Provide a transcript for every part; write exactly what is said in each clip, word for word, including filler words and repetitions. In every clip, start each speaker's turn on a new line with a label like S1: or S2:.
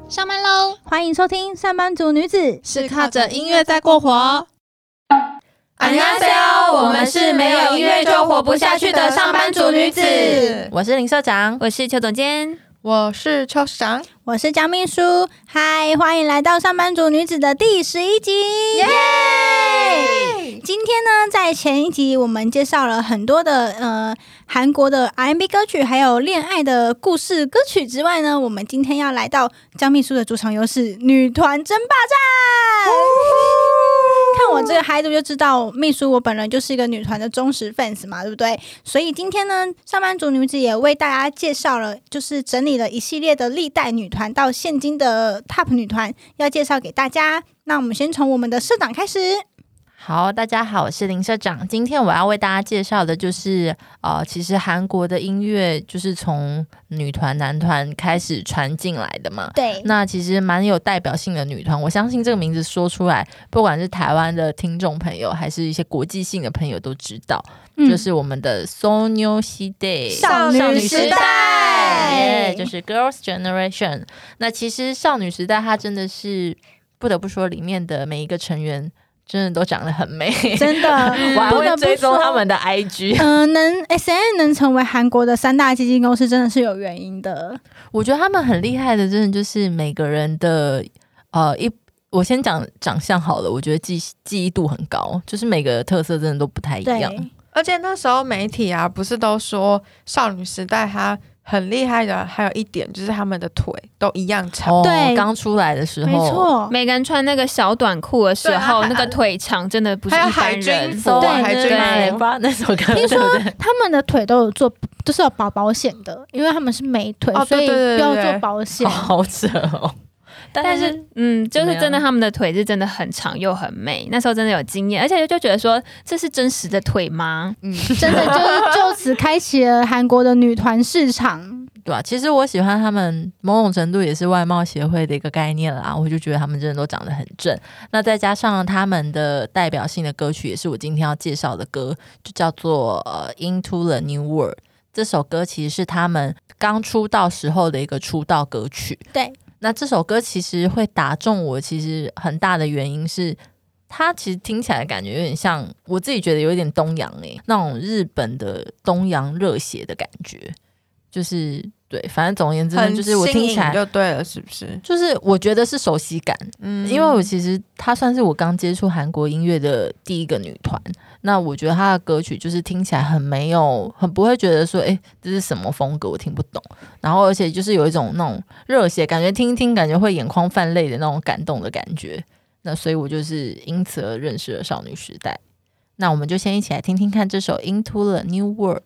S1: 上班喽！
S2: 欢迎收听上班族女子
S1: 是靠着音乐在过活。
S3: 안녕하세요，我们是没有音乐就活不下去的上班族女子。
S4: 我是林社长，
S1: 我是邱总监，
S3: 我是邱市长，
S2: 我是江秘书。嗨，欢迎来到上班族女子的第十一集。耶！今天呢，在前一集我们介绍了很多的呃韩国的 R and B 歌曲，还有恋爱的故事歌曲之外呢，我们今天要来到江秘书的主场优势——女团争霸战。看我这个嗨度就知道，秘书我本人就是一个女团的忠实 fans 嘛，对不对？所以今天呢，上班族女子也为大家介绍了，就是整理了一系列的历代女团到现今的 top 女团，要介绍给大家。那我们先从我们的社长开始。
S4: 好，大家好，我是林社长。今天我要为大家介绍的就是呃，其实韩国的音乐就是从女团男团开始传进来的嘛。
S2: 对，
S4: 那其实蛮有代表性的女团，我相信这个名字说出来，不管是台湾的听众朋友还是一些国际性的朋友都知道，嗯、就是我们的 소녀시대
S2: 少女时代，
S4: yeah, 就是 Girls Generation。那其实少女时代它真的是不得不说，里面的每一个成员真的都长得很美，
S2: 真的，
S4: 我还会追踪他们的 I G。
S2: 嗯、呃，能 S M 能成为韩国的三大基金公司，真的是有原因的。
S4: 我觉得他们很厉害的，真的就是每个人的呃一，我先讲长相好了，我觉得记记忆度很高，就是每个特色真的都不太一样。
S3: 而且那时候媒体啊，不是都说少女时代它很厉害的，还有一点就是他们的腿都一样长。
S4: 哦、
S2: 对，
S4: 刚出来的时候，
S2: 没错，
S1: 每个人穿那个小短裤的时候，那个腿长真的不是一般人。
S3: 还有海军服、啊，
S2: 对
S3: 海军
S4: 服，不知道那首歌。
S2: 听说他们的腿都有做，都是有保保险的，因为他们是美腿，
S3: 哦、
S2: 所以要做保险。
S4: 好扯哦。
S1: 但是，嗯，就是真的，他们的腿是真的很长又很美。那时候真的有经验，而且就觉得说，这是真实的腿吗？
S2: 嗯，真的就是就此开启了韩国的女团市场。
S4: 对啊，其实我喜欢他们，某种程度也是外貌协会的一个概念啦。我就觉得他们真的都长得很正。那再加上他们的代表性的歌曲，也是我今天要介绍的歌，就叫做、呃、Into the New World。这首歌其实是他们刚出道时候的一个出道歌曲。
S2: 对。
S4: 那这首歌其实会打中我，其实很大的原因是它其实听起来感觉有点像，我自己觉得有点东洋诶、欸，那种日本的东洋热血的感觉，就是对，反正总而言之呢，就是我听起来
S3: 就对了，是不是？
S4: 就是我觉得是熟悉感，嗯，因为我其实她算是我刚接触韩国音乐的第一个女团，那我觉得她的歌曲就是听起来很没有，很不会觉得说，哎、欸，这是什么风格，我听不懂。然后而且就是有一种那种热血感觉，听一听感觉会眼眶泛泪的那种感动的感觉。那所以我就是因此而认识了少女时代。那我们就先一起来听听看这首 Into the New World。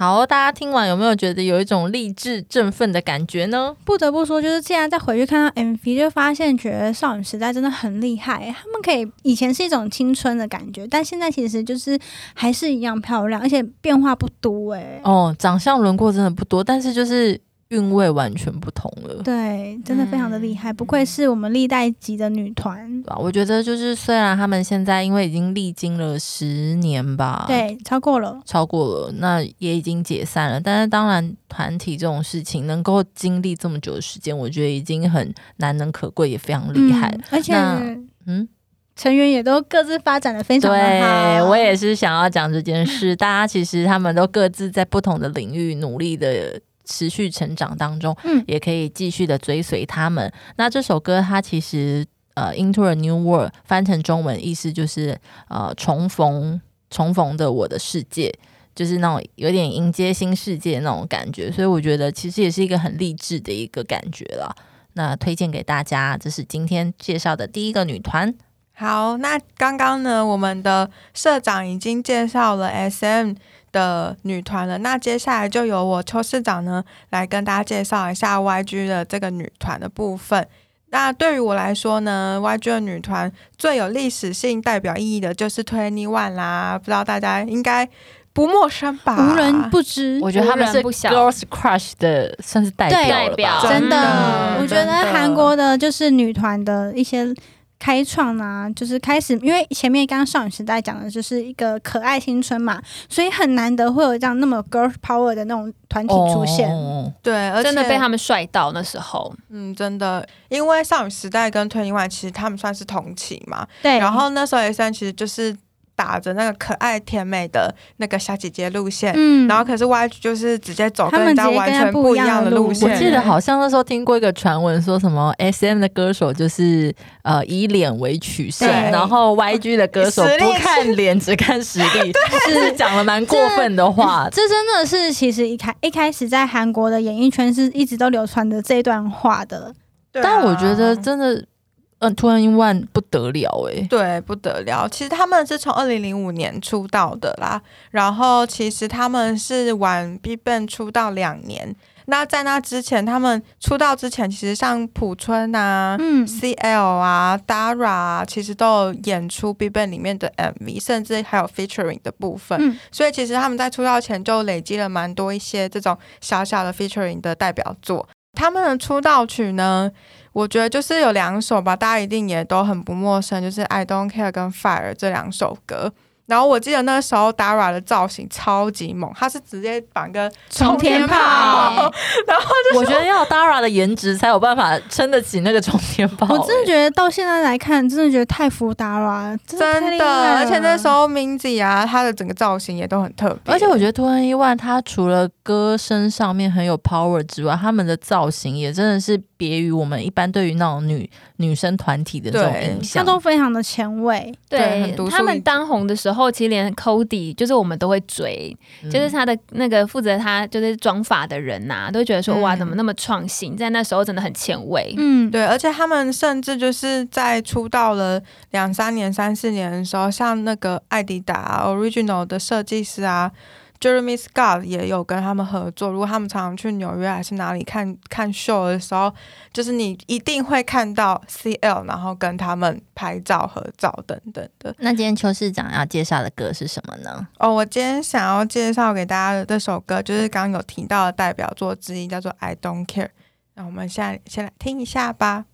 S4: 好，大家听完有没有觉得有一种励志振奋的感觉呢？
S2: 不得不说，就是现在再回去看到 M V， 就发现觉得少女时代真的很厉害。他们可以以前是一种青春的感觉，但现在其实就是还是一样漂亮，而且变化不多哎。
S4: 哦，长相轮廓真的不多，但是就是韵味完全不同了。
S2: 对，真的非常的厉害，嗯、不愧是我们历代级的女团。
S4: 我觉得就是虽然他们现在因为已经历经了十年吧，
S2: 对，超过了，
S4: 超过了，那也已经解散了。但是当然，团体这种事情能够经历这么久的时间，我觉得已经很难能可贵，也非常厉害。
S2: 嗯、而且，
S4: 嗯。
S2: 成员也都各自发展的非常的好。
S4: 对，我也是想要讲这件事。大家其实他们都各自在不同的领域努力的持续成长当中，嗯，也可以继续的追随他们。那这首歌它其实呃 Into a New World 翻成中文意思就是呃重逢重逢的我的世界，就是那种有点迎接新世界那种感觉。所以我觉得其实也是一个很励志的一个感觉啦。那推荐给大家，这是今天介绍的第一个女团。
S3: 好，那刚刚呢，我们的社长已经介绍了 S M 的女团了，那接下来就由我邱市长呢来跟大家介绍一下 Y G 的这个女团的部分。那对于我来说呢 Y G 的女团最有历史性代表意义的就是 二十一 啦，不知道大家应该不陌生吧？
S2: 无人不知。
S4: 我觉得他们是 Girls Crush 的算是代表了吧，
S2: 真的，我觉得韩国的就是女团的一些开创啊，就是开始，因为前面刚刚少女时代讲的就是一个可爱青春嘛，所以很难得会有这样那么 girl power 的那种团体出现。
S3: 哦、对，而且
S1: 真的被他们帅到那时候。
S3: 嗯，真的，因为少女时代跟二十一其实他们算是同期嘛。
S2: 对。
S3: 然后那时候 S M 其实就是打着那个可爱甜美的那个小姐姐路线，嗯，然后可是 Y G 就是直接走跟人家完全不一样的路线。
S4: 我记得好像那时候听过一个传闻，说什么 S M 的歌手就是呃以脸为取胜，然后 Y G 的歌手不看脸只看实力，是讲了蛮过分的话。
S2: 这, 这真的是其实一开一开始在韩国的演艺圈是一直都流传着这段话的，
S3: 对啊、
S4: 但我觉得真的。嗯，二十一不得了哎、欸，
S3: 对，不得了。其实他们是从二零零五年出道的啦，然后其实他们是晚 BigBang 出道两年。那在那之前，他们出道之前，其实像朴春啊、嗯、C L 啊、Dara 啊，其实都有演出 BigBang 里面的 M V， 甚至还有 featuring 的部分。嗯、所以其实他们在出道前就累积了蛮多一些这种小小的 featuring 的代表作。他们的出道曲呢，我觉得就是有两首吧，大家一定也都很不陌生，就是 I Don't Care 跟 Fire 这两首歌。然后我记得那时候 Dara 的造型超级猛，他是直接绑个冲天炮，然后就
S4: 我觉得要 Dara 的颜值才有办法撑得起那个冲天炮、欸。
S2: 我真的觉得到现在来看，真的觉得太服 Dara， 真的太厉害了。
S3: 而且那时候 Minzy 啊，他的整个造型也都很特别。
S4: 而且我觉得二十一他除了歌声上面很有 power 之外，他们的造型也真的是别于我们一般对于那种女女生团体的这种印象，
S2: 他都非常的前卫。
S1: 对，
S3: 对
S1: 他们当红的时候，其实连 Cody 就是我们都会追，嗯、就是他的那个负责他就是妆发的人呐、啊，都会觉得说、嗯、哇，怎么那么创新，在那时候真的很前卫。
S3: 嗯，对，而且他们甚至就是在出道了两三年、三四年的时候，像那个艾迪达、啊、Original 的设计师啊。Jeremy Scott 也有跟他们合作，如果他们常常去纽约还是哪里看看秀的时候，就是你一定会看到 C L， 然后跟他们拍照合照等等的。
S4: 那今天邱市长要介绍的歌是什么呢？
S3: 哦，我今天想要介绍给大家的这首歌就是刚刚有提到的代表作之一，叫做 I Don't Care。那我们现在先来听一下吧。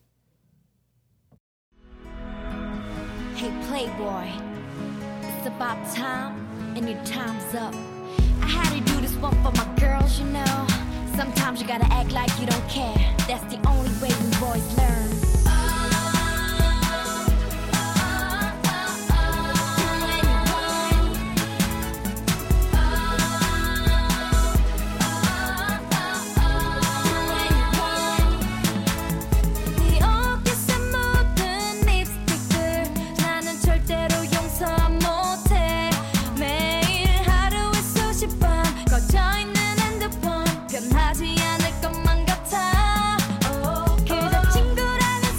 S5: Hey Playboy, it's about time and your time's up.I had to do this one for my girls, you know. Sometimes you gotta act like you don't care. That's the only way we boys learn. 변하지 않을 것만 같아. oh, 그저 친구라는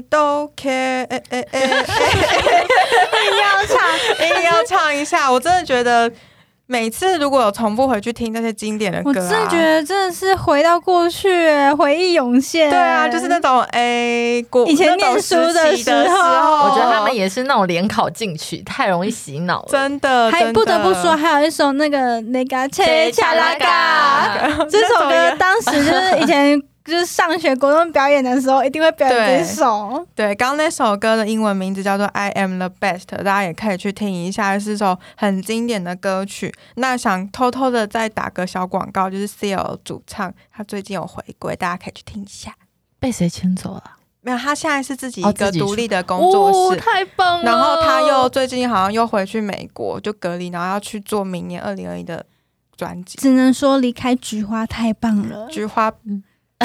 S3: don't care， 哎哎哎，硬
S2: 要唱，
S3: 硬要唱一下，我真的觉得。每次如果有重复回去听那些经典的歌、啊，
S2: 我真的觉得真的是回到过去，回忆涌现。
S3: 对啊，就是那种诶，
S2: 以前念书的时候，
S4: 我觉得他们也是那种联考进曲，太容易洗脑了。
S3: 真的，
S2: 还不得不说，还有一首那个那个切恰拉嘎，这首歌当时就是以前。就是上学国中表演的时候，一定会表演这首。
S3: 对，刚刚那首歌的英文名字叫做《I Am the Best》，大家也可以去听一下，是首很经典的歌曲。那想偷偷的再打个小广告，就是 C L 主唱，他最近有回归，大家可以去听一下。
S4: 被谁牵走了？
S3: 没有，他现在是自己一个独立的工作室，
S4: 哦、太棒了。
S3: 然后他又最近好像又回去美国，就隔离，然后要去做明年二零二一的专辑。
S2: 只能说离开菊花太棒了，
S3: 菊花。嗯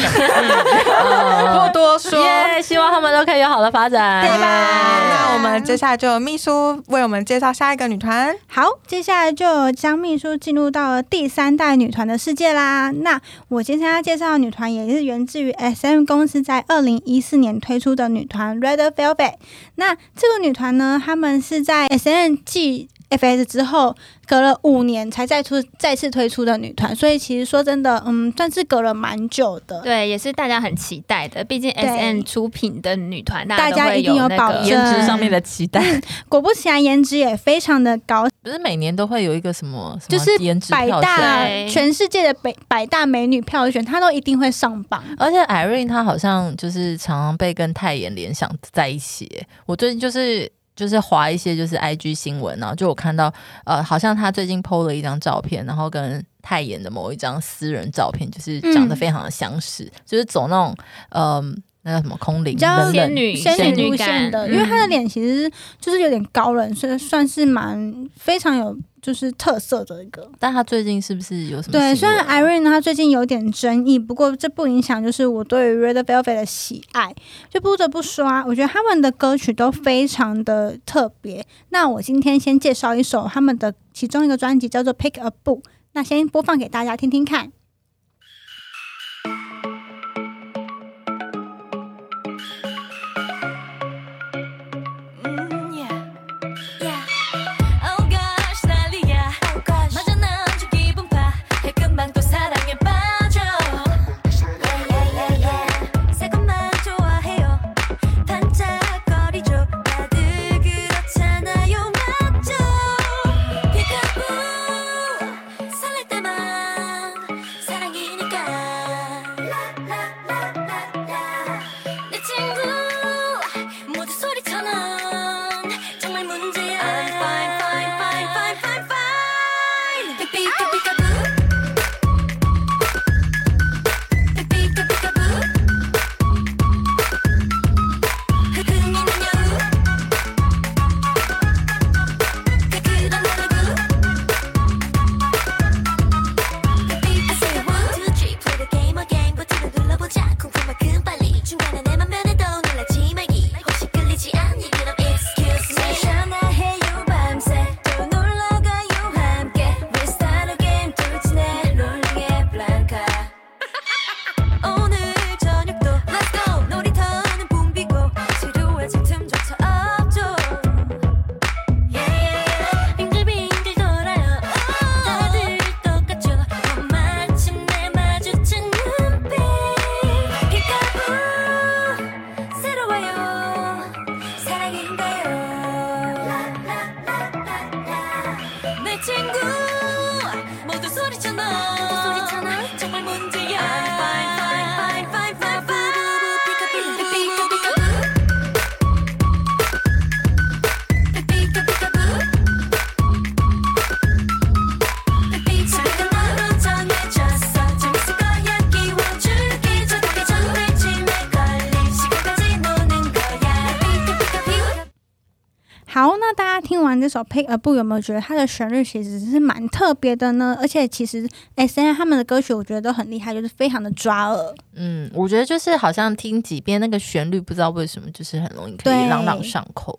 S3: 不多说，
S4: yeah, 希望他们都可以有好的发展，
S2: 对吧？
S3: 那我们接下来就有秘书为我们介绍下一个女团。
S2: 好，接下来就有江秘书进入到了第三代女团的世界啦。那我今天要介绍的女团也是源自于 S M 公司在二零一四年推出的女团 Red Velvet。那这个女团呢，他们是在 S M 继F S 之后隔了五年才再出再次推出的女团，所以其实说真的，嗯，算是隔了蛮久的。
S1: 对，也是大家很期待的。毕竟 S M 出品的女团，
S2: 大
S1: 家
S2: 一定有保证
S4: 颜值上面的期待。
S2: 嗯、果不其然，颜值也非常的高。
S4: 不是每年都会有一个什么，
S2: 就是百大
S4: 选
S2: 全世界的百百大美女票选，她都一定会上榜。
S4: 而且 Irene 她好像就是常常被跟泰妍联想在一起。我最近就是。就是滑一些就是 I G 新闻，然后就我看到呃，好像他最近 po 了一张照片，然后跟泰妍的某一张私人照片，就是长得非常的相似，嗯、就是走那种呃那个什么空灵
S1: 仙女
S2: 仙女路线的，因为他的脸其实就是有点高冷，所以算是蛮非常有就是特色的一个。
S4: 但他最近是不是有什么？
S2: 对，虽然 Irene 他最近有点争议，不过这不影响就是我对于 Red Velvet 的喜爱。就不得不说啊，我觉得他们的歌曲都非常的特别。那我今天先介绍一首他们的其中一个专辑，叫做 Pick a Boo。那先播放给大家听听看。好，那大家听完这首 Pick a Boo 有没有觉得它的旋律其实是蛮特别的呢？而且其实 S M 他们的歌曲我觉得都很厉害，就是非常的抓耳。
S4: 嗯，我觉得就是好像听几遍那个旋律，不知道为什么就是很容易可以朗朗上口。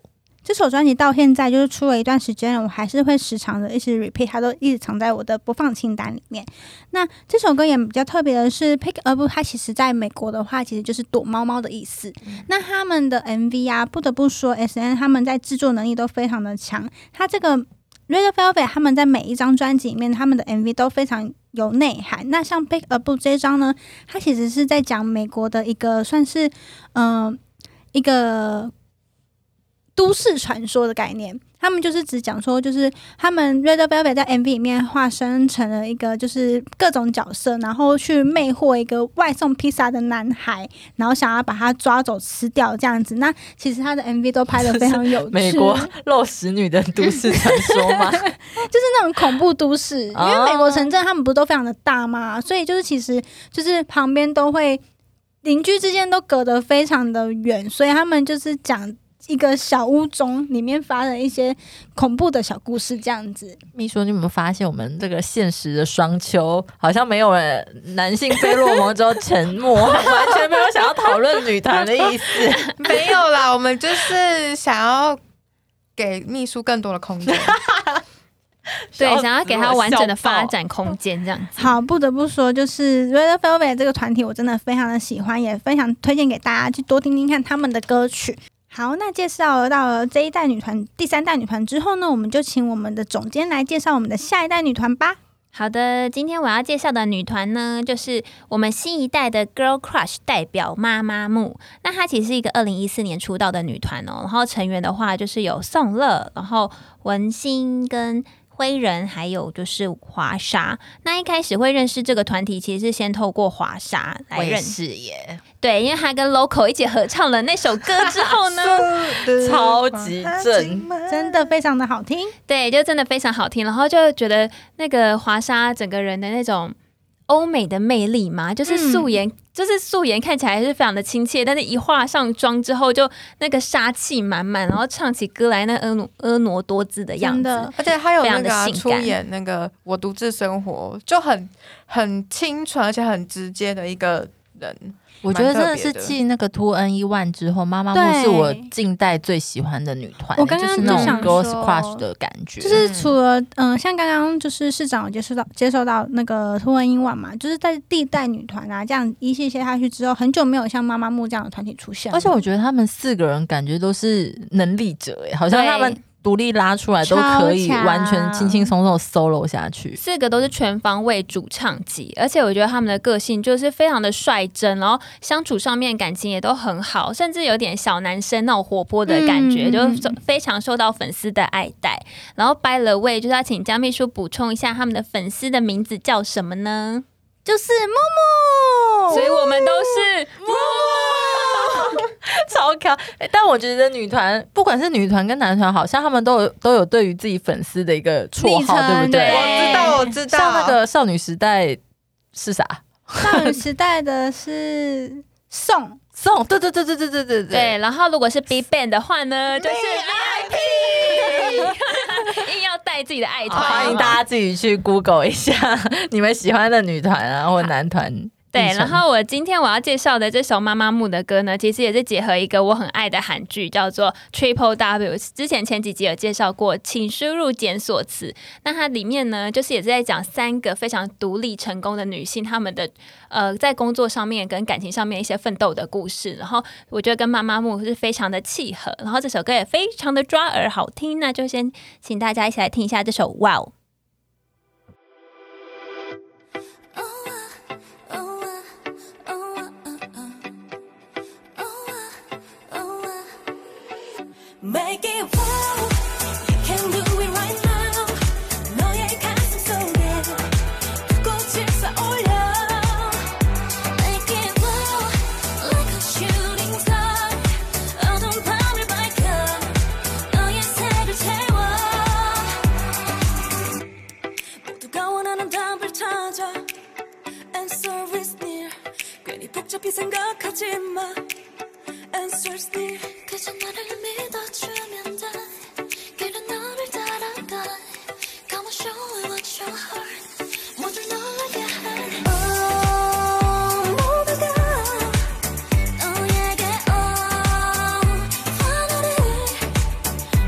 S2: 这首专辑到现在就是出了一段时间了，我还是会时常的一直 repeat， 它都一直藏在我的播放清单里面。那这首歌也比较特别的是 Pick Up， 它其实在美国的话其实就是躲猫猫的意思、嗯、那他们的 M V 啊，不得不说 S N 他们在制作能力都非常的强，它这个 Red Velvet 他们在每一张专辑里面他们的 M V 都非常有内涵。那像 Pick Up 这一张呢，它其实是在讲美国的一个算是嗯、呃、一个都市传说的概念，他们就是只讲说，就是他们 Red Velvet 在 M V 里面化身成了一个就是各种角色，然后去魅惑一个外送披萨的男孩，然后想要把他抓走吃掉这样子。那其实他的 M V 都拍得非常有趣，
S4: 美国肉食女的都市传说吗？
S2: 就是那种恐怖都市，因为美国城镇他们不是都非常的大嘛，所以就是其实就是旁边都会邻居之间都隔得非常的远，所以他们就是讲一个小屋中里面发生一些恐怖的小故事这样子。
S4: 秘书，你有没有发现我们这个现实的双秋好像没有了男性费洛蒙之后沉默，完全没有想要讨论女团的意思？
S3: 没有啦，我们就是想要给秘书更多的空间。
S1: 对，想要给他完整的发展空间，这样子。
S2: 好，不得不说，就是 Red Velvet 这个团体，我真的非常的喜欢，也非常推荐给大家去多听听看他们的歌曲。好，那介绍到了这一代女团、第三代女团之后呢，我们就请我们的总监来介绍我们的下一代女团吧。
S1: 好的，今天我要介绍的女团呢，就是我们新一代的 Girl Crush 代表妈妈木。那她其实是一个二零一四年出道的女团哦，然后成员的话就是有宋乐，然后文心跟灰人，还有就是华莎。那一开始会认识这个团体，其实是先透过华莎来认识
S4: 耶。
S1: 对，因为他跟 Loco 一起合唱了那首歌之后呢，
S4: 超级正，
S2: 真的非常的好听。
S1: 对，就真的非常好听。然后就觉得那个华莎整个人的那种欧美的魅力嘛，就是素颜、嗯、就是素颜看起来是非常的亲切，但是一化上妆之后就那个杀气满满，然后唱起歌来那婀娜婀娜多姿的样子，
S3: 而且他有那个、啊、出演那个我独自生活，就很很清纯而且很直接的一个人。
S4: 我觉得真的是继那个 two N E one 之后，妈妈木是我近代最喜欢的女团，
S2: 我刚刚
S4: 就是那种 girls crush 的感觉。
S2: 就是除了嗯、呃，像刚刚就是市长有接受到接受到那个 two N E one 嘛，就是在第一代女团啊，这样一系列下去之后，很久没有像妈妈木这样的团体出现了。
S4: 而且我觉得他们四个人感觉都是能力者，哎，好像他们独立拉出来都可以完全轻轻松松 solo 下去，
S1: 四个都是全方位主唱级，而且我觉得他们的个性就是非常的率真，然后相处上面感情也都很好，甚至有点小男生那种活泼的感觉、嗯、就非常受到粉丝的爱戴。然后 by the way 就是要请江秘书补充一下他们的粉丝的名字叫什么呢？
S2: 就是木木，
S1: 所以我们都是木木
S4: 超可爱、欸、但我觉得女团不管是女团跟男团，好像他们都有都有对于自己粉丝的一个绰号，对不对？
S3: 我知道，我知道。
S4: 像那个少女时代是啥？
S2: 少女时代的是宋
S4: 宋，对对对对对对对对。
S1: 对，然后如果是 Big Bang 的话呢，就是 V I P， 硬要带自己的爱团，
S4: 欢迎大家自己去 Google 一下你们喜欢的女团啊或男团。
S1: 对，然后我今天我要介绍的这首妈妈木的歌呢，其实也是结合一个我很爱的韩剧，叫做 Triple W。之前前几集有介绍过，请输入检索词。那它里面呢，就是也是在讲三个非常独立成功的女性，她们的呃在工作上面跟感情上面一些奋斗的故事。然后我觉得跟妈妈木是非常的契合，然后这首歌也非常的抓耳好听。那就先请大家一起来听一下这首 Wow。
S6: Make it wow, you can do it right now. 너의 가슴 속에 꽃을 쏘올려. Make it wow, like a shooting star. 어두운 밤을 밝혀 너의 색을 채워. 모두가 원하는 답을 찾아. Answer is near. 괜히 복잡히 생각하지 마. Answer's near. 그저 나를 믿어주면 돼. 길은 너를 따라가. Come on, show me what your heart. 모두 놀라게 해. Oh, 모두가 너에게 oh, 하나를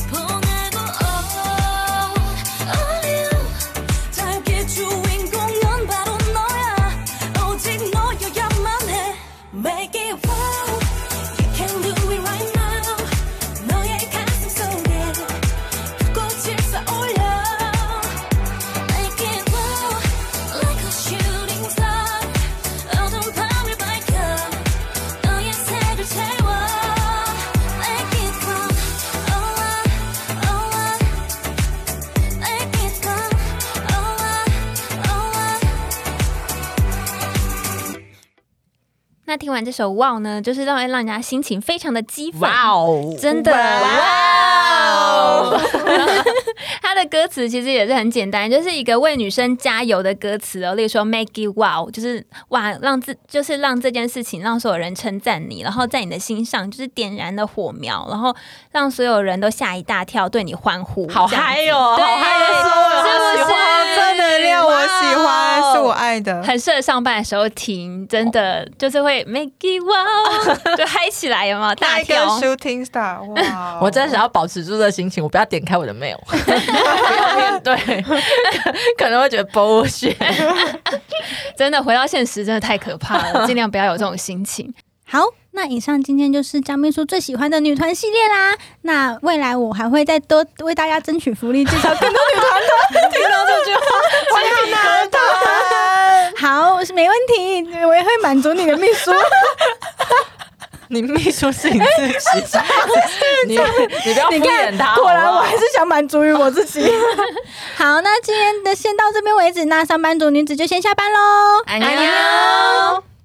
S1: 那听完这首 Wow 呢，就是让让人家心情非常的激愤，
S4: 哇哦，
S1: 真的哇哦！它的歌词其实也是很简单，就是一个为女生加油的歌词哦。例如说 Make it wow， 就是哇，让自就是让这件事情让所有人称赞你，然后在你的心上就是点燃了火苗，然后让所有人都吓一大跳，对你欢呼。
S4: 好嗨哦，好嗨的说，
S1: 是不是？
S3: 正能量，我喜欢，是我爱的，
S1: 很适合上班的时候听，真的就是会 Make it wow， 就嗨起来，有没有？大跳
S3: Shooting Star， 哇！
S4: 我真的想要保持住这个心情，我不要点开我的 mail， 不要面对，可能会觉得 bullshit。
S1: 真的回到现实，真的太可怕了，尽量不要有这种心情。
S2: 好，那以上今天就是张秘书最喜欢的女团系列啦。那未来我还会再多为大家争取福利，介绍更多女团的。听到这句话，我要拿到。好，没问题，我也会满足你的秘书。
S4: 你秘书是你自己，你你不要敷衍他。
S2: 果然我还是想满足于我自己。好，那今天的先到这边为止，那上班族女子就先下班喽。
S4: 安妞。